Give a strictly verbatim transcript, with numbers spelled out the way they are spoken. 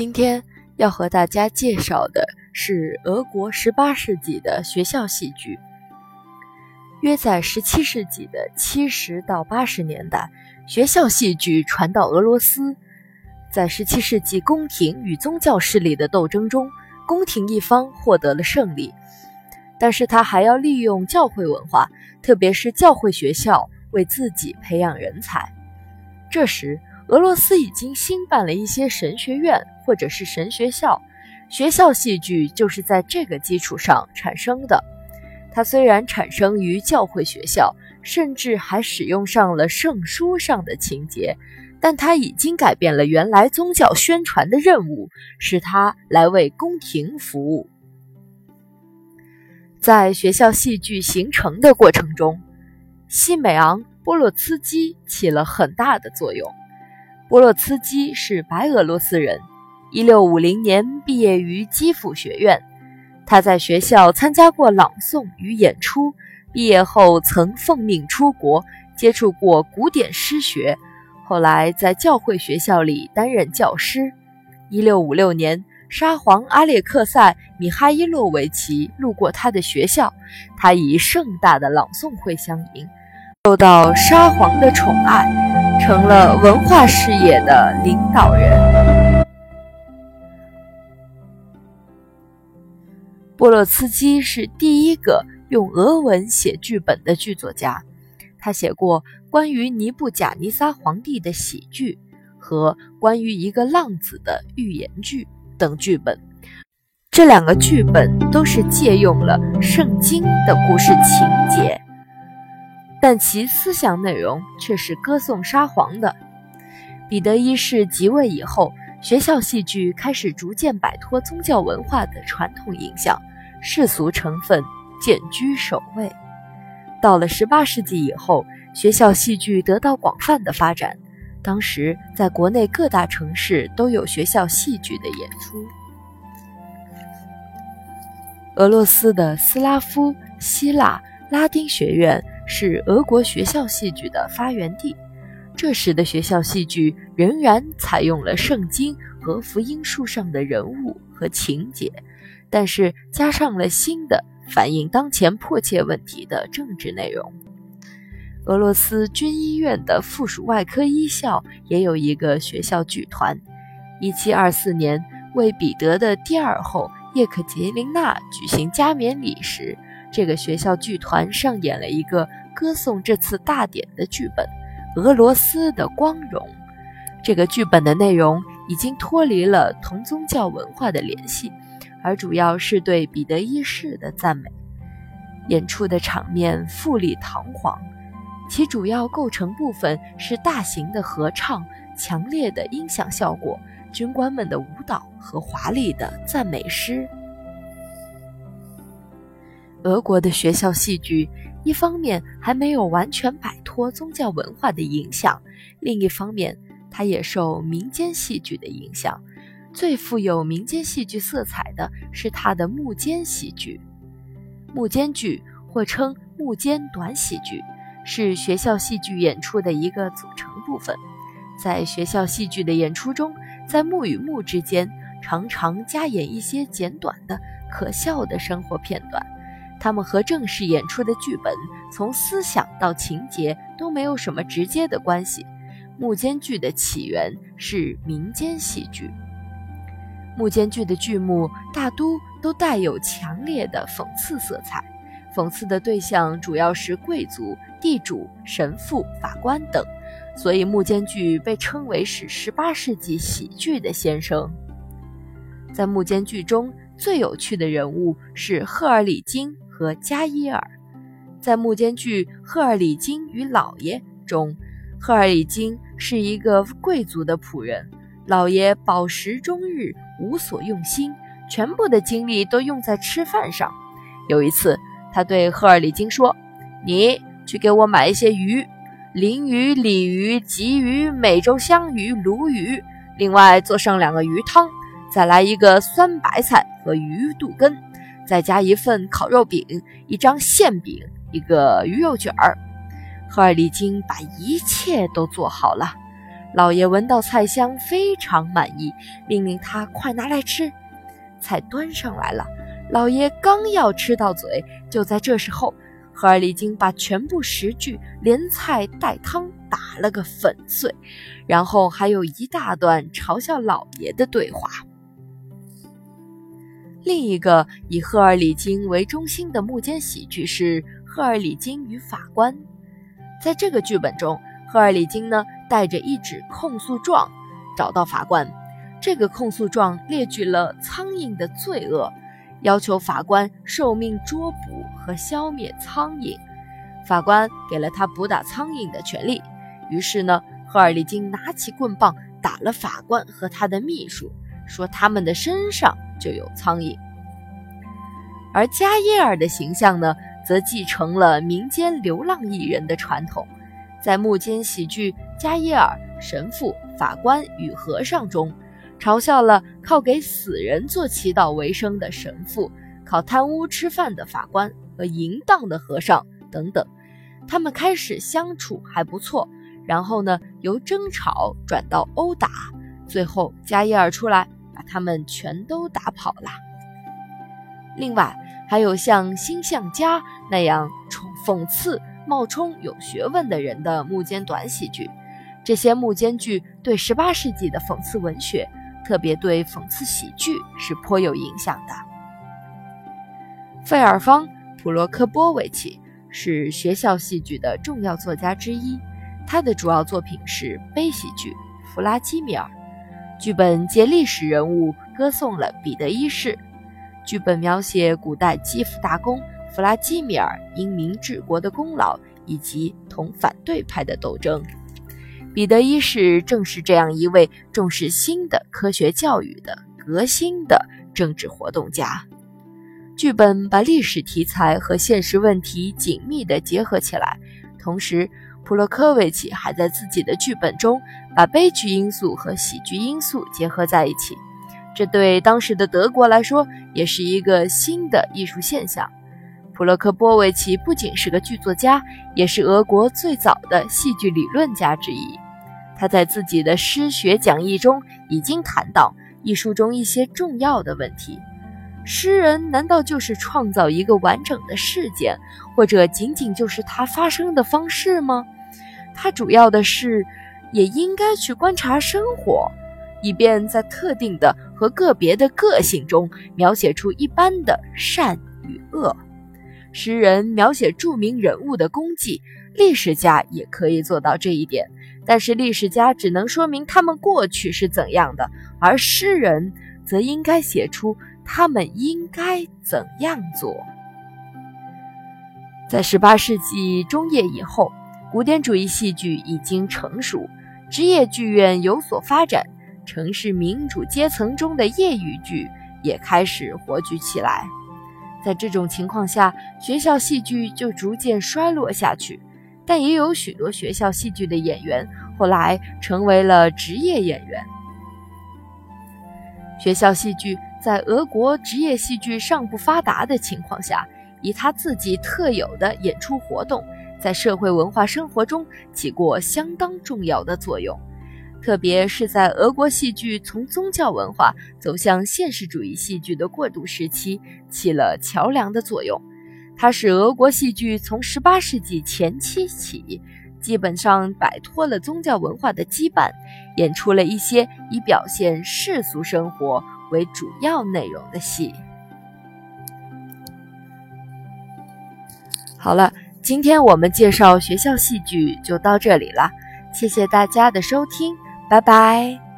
今天要和大家介绍的是俄国十八世纪的学校戏剧。约在十七世纪的七十到八十年代，学校戏剧传到俄罗斯。在十七世纪宫廷与宗教势力的斗争中，宫廷一方获得了胜利，但是他还要利用教会文化，特别是教会学校，为自己培养人才。这时俄罗斯已经兴办了一些神学院或者是神学校，学校戏剧就是在这个基础上产生的。它虽然产生于教会学校，甚至还使用上了圣书上的情节，但它已经改变了原来宗教宣传的任务，使它来为宫廷服务。在学校戏剧形成的过程中，西美昂·波洛茨基起了很大的作用。波洛茨基是白俄罗斯人，一六五零年毕业于基辅学院。他在学校参加过朗诵与演出，毕业后曾奉命出国，接触过古典诗学，后来在教会学校里担任教师。一六五六年，沙皇阿列克塞·米哈伊洛维奇路过他的学校，他以盛大的朗诵会相迎，受到沙皇的宠爱，成了文化事业的领导人。波洛茨基是第一个用俄文写剧本的剧作家，他写过关于尼布贾尼撒皇帝的喜剧和关于一个浪子的寓言剧等剧本。这两个剧本都是借用了圣经的故事情节，但其思想内容却是歌颂沙皇的。彼得一世即位以后，学校戏剧开始逐渐摆脱宗教文化的传统影响，世俗成分渐居首位。到了十八世纪以后，学校戏剧得到广泛的发展，当时在国内各大城市都有学校戏剧的演出。俄罗斯的斯拉夫、希腊、拉丁学院是俄国学校戏剧的发源地。这时的学校戏剧仍然采用了圣经和福音书上的人物和情节，但是加上了新的反映当前迫切问题的政治内容。俄罗斯军医院的附属外科医校也有一个学校剧团。一七二四年，为彼得的第二后叶克捷琳娜举行加冕礼时，这个学校剧团上演了一个歌颂这次大典的剧本《俄罗斯的光荣》。这个剧本的内容已经脱离了同宗教文化的联系，而主要是对彼得一世的赞美。演出的场面富丽堂皇，其主要构成部分是大型的合唱、强烈的音响效果、军官们的舞蹈和华丽的赞美诗。俄国的学校戏剧一方面还没有完全摆脱宗教文化的影响，另一方面它也受民间戏剧的影响。最富有民间戏剧色彩的是它的幕间戏剧。幕间剧或称幕间短喜剧，是学校戏剧演出的一个组成部分。在学校戏剧的演出中，在幕与幕之间常常加演一些简短的可笑的生活片段，它们和正式演出的剧本从思想到情节都没有什么直接的关系。幕间剧的起源是民间戏剧。幕间剧的剧目大都都带有强烈的讽刺色彩，讽刺的对象主要是贵族、地主、神父、法官等，所以幕间剧被称为是十八世纪喜剧的先声。在幕间剧中，最有趣的人物是赫尔里金和加伊尔。在幕间剧《赫尔里金与老爷》中，赫尔里金是一个贵族的仆人，老爷饱食终日，无所用心，全部的精力都用在吃饭上。有一次，他对赫尔里金说：“你去给我买一些鱼，鲮鱼、鲤鱼、鲫鱼、美洲香鱼、鲈鱼，另外做上两个鱼汤，再来一个酸白菜和鱼肚羹，再加一份烤肉饼，一张馅饼，一个鱼肉卷儿。”赫尔里金把一切都做好了。 老爷闻到菜香，非常满意，命令他快拿来吃。菜端上来了，老爷刚要吃到嘴，就在这时候，赫尔里金把全部食具连菜带汤打了个粉碎，然后还有一大段嘲笑老爷的对话。另一个以赫尔里金为中心的幕间喜剧是《赫尔里金与法官》。在这个剧本中，赫尔里金呢带着一纸控诉状找到法官，这个控诉状列举了苍蝇的罪恶，要求法官受命捉捕和消灭苍蝇。法官给了他捕打苍蝇的权利，于是呢，赫尔里金拿起棍棒打了法官和他的秘书，说他们的身上就有苍蝇。而加耶尔的形象呢，则继承了民间流浪艺人的传统。在幕间喜剧《加耶尔、神父、法官与和尚》中，嘲笑了靠给死人做祈祷为生的神父，靠贪污吃饭的法官和淫荡的和尚等等。他们开始相处还不错，然后呢，由争吵转到殴打，最后加耶尔出来把他们全都打跑了。另外还有像星象家那样讽刺冒充有学问的人的幕间短喜剧，这些幕间剧对十八世纪的讽刺文学，特别对讽刺喜剧是颇有影响的。费尔方·普罗科波维奇是学校戏剧的重要作家之一，他的主要作品是悲喜剧《弗拉基米尔》，剧本借历史人物歌颂了彼得一世，剧本描写古代基辅大公弗拉基米尔英明治国的功劳以及同反对派的斗争。彼得一世正是这样一位重视新的科学教育的革新的政治活动家。剧本把历史题材和现实问题紧密地结合起来，同时普罗科维奇还在自己的剧本中把悲剧因素和喜剧因素结合在一起，这对当时的德国来说也是一个新的艺术现象。普罗科波维奇不仅是个剧作家，也是俄国最早的戏剧理论家之一。他在自己的诗学讲义中已经谈到艺术中一些重要的问题。诗人难道就是创造一个完整的事件，或者仅仅就是它发生的方式吗？他主要的是也应该去观察生活，以便在特定的和个别的个性中描写出一般的善与恶。诗人描写著名人物的功绩，历史家也可以做到这一点，但是历史家只能说明他们过去是怎样的，而诗人则应该写出他们应该怎样做。在十八世纪中叶以后，古典主义戏剧已经成熟，职业剧院有所发展，城市民主阶层中的业余剧也开始活举起来。在这种情况下，学校戏剧就逐渐衰落下去，但也有许多学校戏剧的演员后来成为了职业演员。学校戏剧在俄国职业戏剧尚不发达的情况下，以他自己特有的演出活动，在社会文化生活中起过相当重要的作用，特别是在俄国戏剧从宗教文化走向现实主义戏剧的过渡时期，起了桥梁的作用。它使俄国戏剧从十八世纪前期起，基本上摆脱了宗教文化的羁绊，演出了一些以表现世俗生活为主要内容的戏。好了，今天我们介绍学校戏剧就到这里了，谢谢大家的收听，拜拜。